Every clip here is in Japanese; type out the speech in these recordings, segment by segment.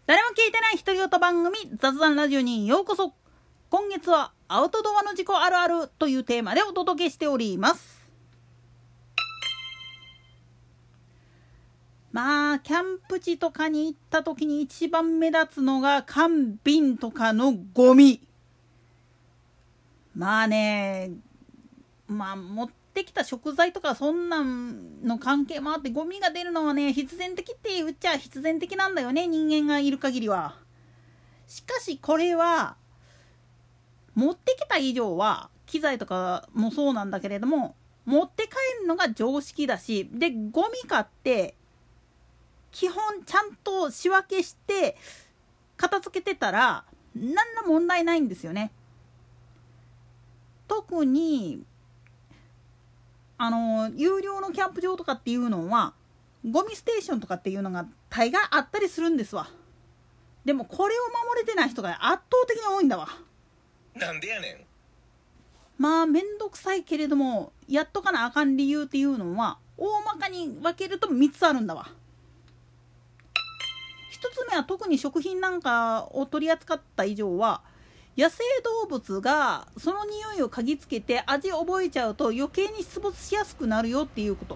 誰も聞いてない独り言番組雑談ラジオにようこそ。今月はアウトドアの事故あるあるというテーマでお届けしております。キャンプ地とかに行った時に一番目立つのが缶瓶とかのゴミ。持ってきた食材とかそんなんの関係もあってゴミが出るのはね、必然的って言っちゃ必然的なんだよね、人間がいる限りは。しかしこれは持ってきた以上は機材とかもそうなんだけれども、持って帰るのが常識だし、でゴミ買って基本ちゃんと仕分けして片付けてたら何ら問題ないんですよね。特に有料のキャンプ場とかっていうのはゴミステーションとかっていうのが大概あったりするんですわ。でもこれを守れてない人が圧倒的に多いんだわ。 なんでやねん。めんどくさいけれどもやっとかなあかん理由っていうのは大まかに分けると3つあるんだわ。1つ目は特に食品なんかを取り扱った以上は野生動物がその匂いを嗅ぎつけて味を覚えちゃうと余計に出没しやすくなるよっていうこと。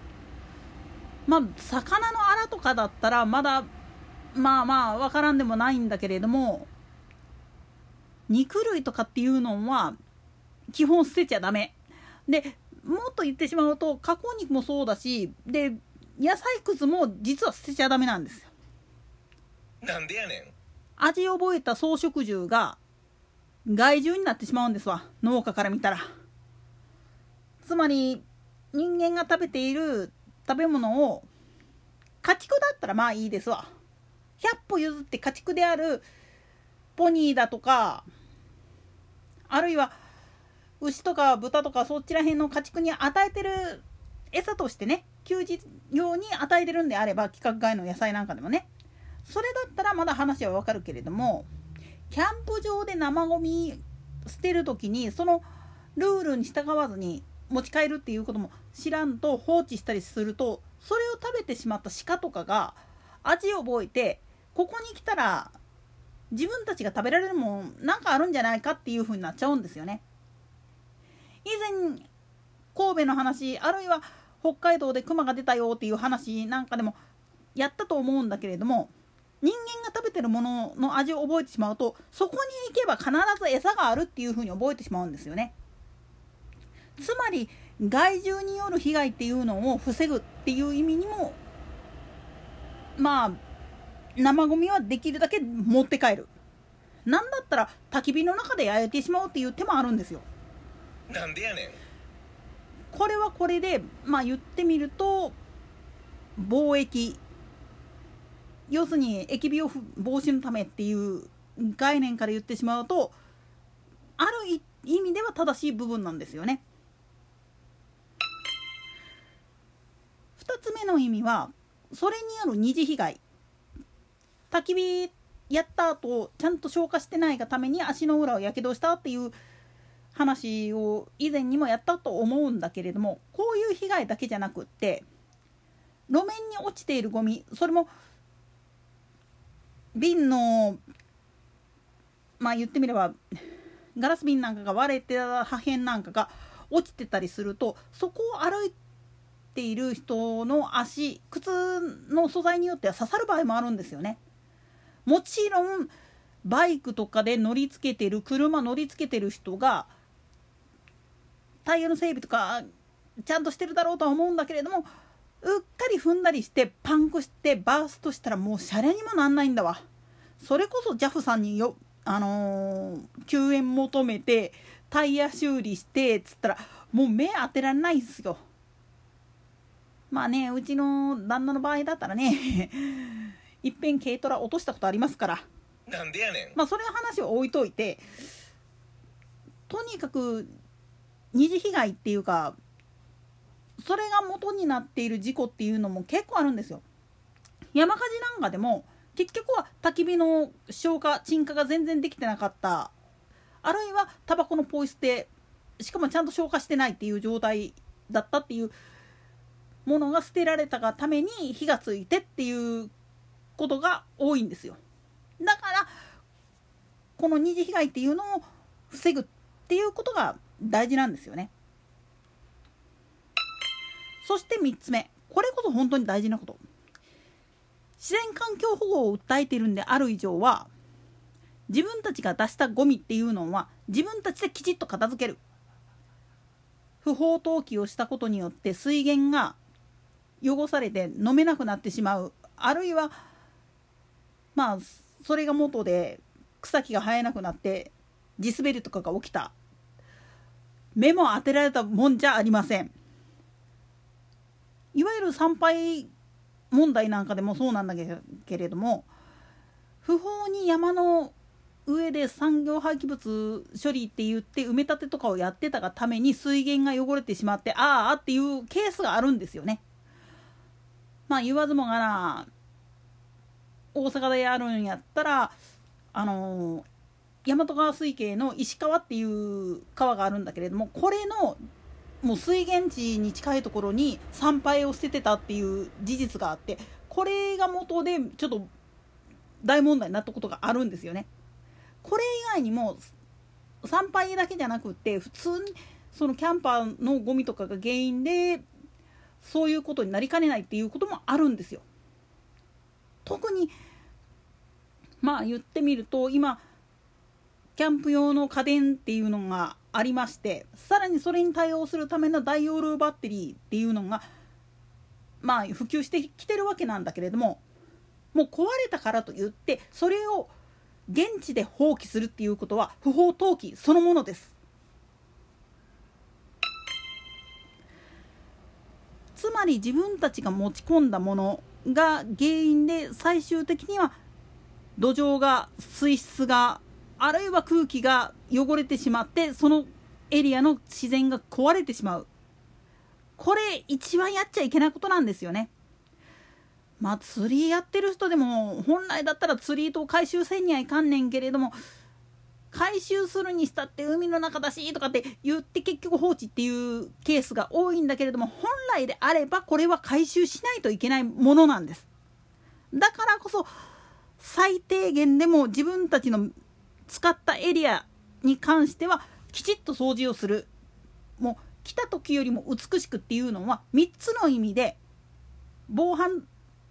魚のアラとかだったらまだわからんでもないんだけれども、肉類とかっていうのは基本捨てちゃダメで、もっと言ってしまうと加工肉もそうだし、で野菜くずも実は捨てちゃダメなんですよ。 なんでやねん。 味を覚えた草食獣が害獣になってしまうんですわ、農家から見たら。つまり人間が食べている食べ物を家畜だったらいいですわ。100歩譲って家畜であるポニーだとか、あるいは牛とか豚とかそっちら辺の家畜に与えてる餌としてね、給仕用に与えてるんであれば、規格外の野菜なんかでもね、それだったらまだ話はわかるけれども、キャンプ場で生ゴミ捨てるときにそのルールに従わずに持ち帰るっていうことも知らんと放置したりすると、それを食べてしまった鹿とかが味を覚えて、ここに来たら自分たちが食べられるもんなんかあるんじゃないかっていう風になっちゃうんですよね。以前神戸の話、あるいは北海道でクマが出たよっていう話なんかでもやったと思うんだけれども、人間が食べてるものの味を覚えてしまうと、そこに行けば必ず餌があるっていう風に覚えてしまうんですよね。つまり害獣による被害っていうのを防ぐっていう意味にも、生ゴミはできるだけ持って帰る。なんだったら焚き火の中で焼いてしまうっていう手もあるんですよ。 なんでやねん。 これはこれで言ってみると防疫、要するに疫病防止のためっていう概念から言ってしまうと、ある意味では正しい部分なんですよね。2つ目の意味はそれによる二次被害。焚き火やった後ちゃんと消化してないがために足の裏をやけどしたっていう話を以前にもやったと思うんだけれども、こういう被害だけじゃなくって、路面に落ちているゴミ、それも瓶の言ってみればガラス瓶なんかが割れてた破片なんかが落ちてたりすると、そこを歩いている人の足、靴の素材によっては刺さる場合もあるんですよね。もちろんバイクとかで乗りつけてる人がタイヤの整備とかちゃんとしてるだろうとは思うんだけれども、うっかり踏んだりしてパンクしてバーストしたらもうシャレにもなんないんだわ。それこそ JAF さんに救援求めてタイヤ修理してつったらもう目当てられないんですよ。うちの旦那の場合だったらねいっぺん軽トラ落としたことありますから。 なんでやねん。 それの話を置いといて、とにかく二次被害っていうか、それが元になっている事故っていうのも結構あるんですよ。山火事なんかでも結局は焚き火の鎮火が全然できてなかった、あるいはタバコのポイ捨て、しかもちゃんと消化してないっていう状態だったっていうものが捨てられたがために火がついてっていうことが多いんですよ。だからこの二次被害っていうのを防ぐっていうことが大事なんですよね。そして3つ目、これこそ本当に大事なこと。自然環境保護を訴えているんである以上は、自分たちが出したゴミっていうのは自分たちできちっと片付ける。不法投棄をしたことによって水源が汚されて飲めなくなってしまう、あるいはそれが元で草木が生えなくなって地滑りとかが起きた、目も当てられたもんじゃありません。いわゆる産廃問題なんかでもそうなんだけれども、不法に山の上で産業廃棄物処理って言って埋め立てとかをやってたがために水源が汚れてしまってっていうケースがあるんですよね。言わずもがな、大阪でやるんやったら大和川水系の石川っていう川があるんだけれども、これのもう水源地に近いところに産廃を捨ててたっていう事実があって、これが元でちょっと大問題になったことがあるんですよね。これ以外にも産廃だけじゃなくって普通にそのキャンパーのゴミとかが原因でそういうことになりかねないっていうこともあるんですよ。特に言ってみると今キャンプ用の家電っていうのがありまして、さらにそれに対応するための大容量バッテリーっていうのが普及してきてるわけなんだけれども、もう壊れたからといってそれを現地で放棄するっていうことは不法投棄そのものです。つまり自分たちが持ち込んだものが原因で最終的には土壌が水質があるいは空気が汚れてしまってそのエリアの自然が壊れてしまう。これ一番やっちゃいけないことなんですよね。釣りやってる人でも本来だったら釣り糸を回収せんにはいかんねんけれども、回収するにしたって海の中だしとかって言って結局放置っていうケースが多いんだけれども、本来であればこれは回収しないといけないものなんです。だからこそ最低限でも自分たちの使ったエリアに関してはきちっと掃除をする。もう来た時よりも美しくっていうのは3つの意味で防犯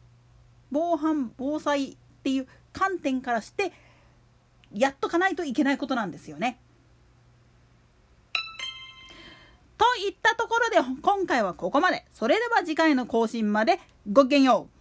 防災っていう観点からしてやっとかないといけないことなんですよね。といったところで今回はここまで。それでは次回の更新までごきげんよう。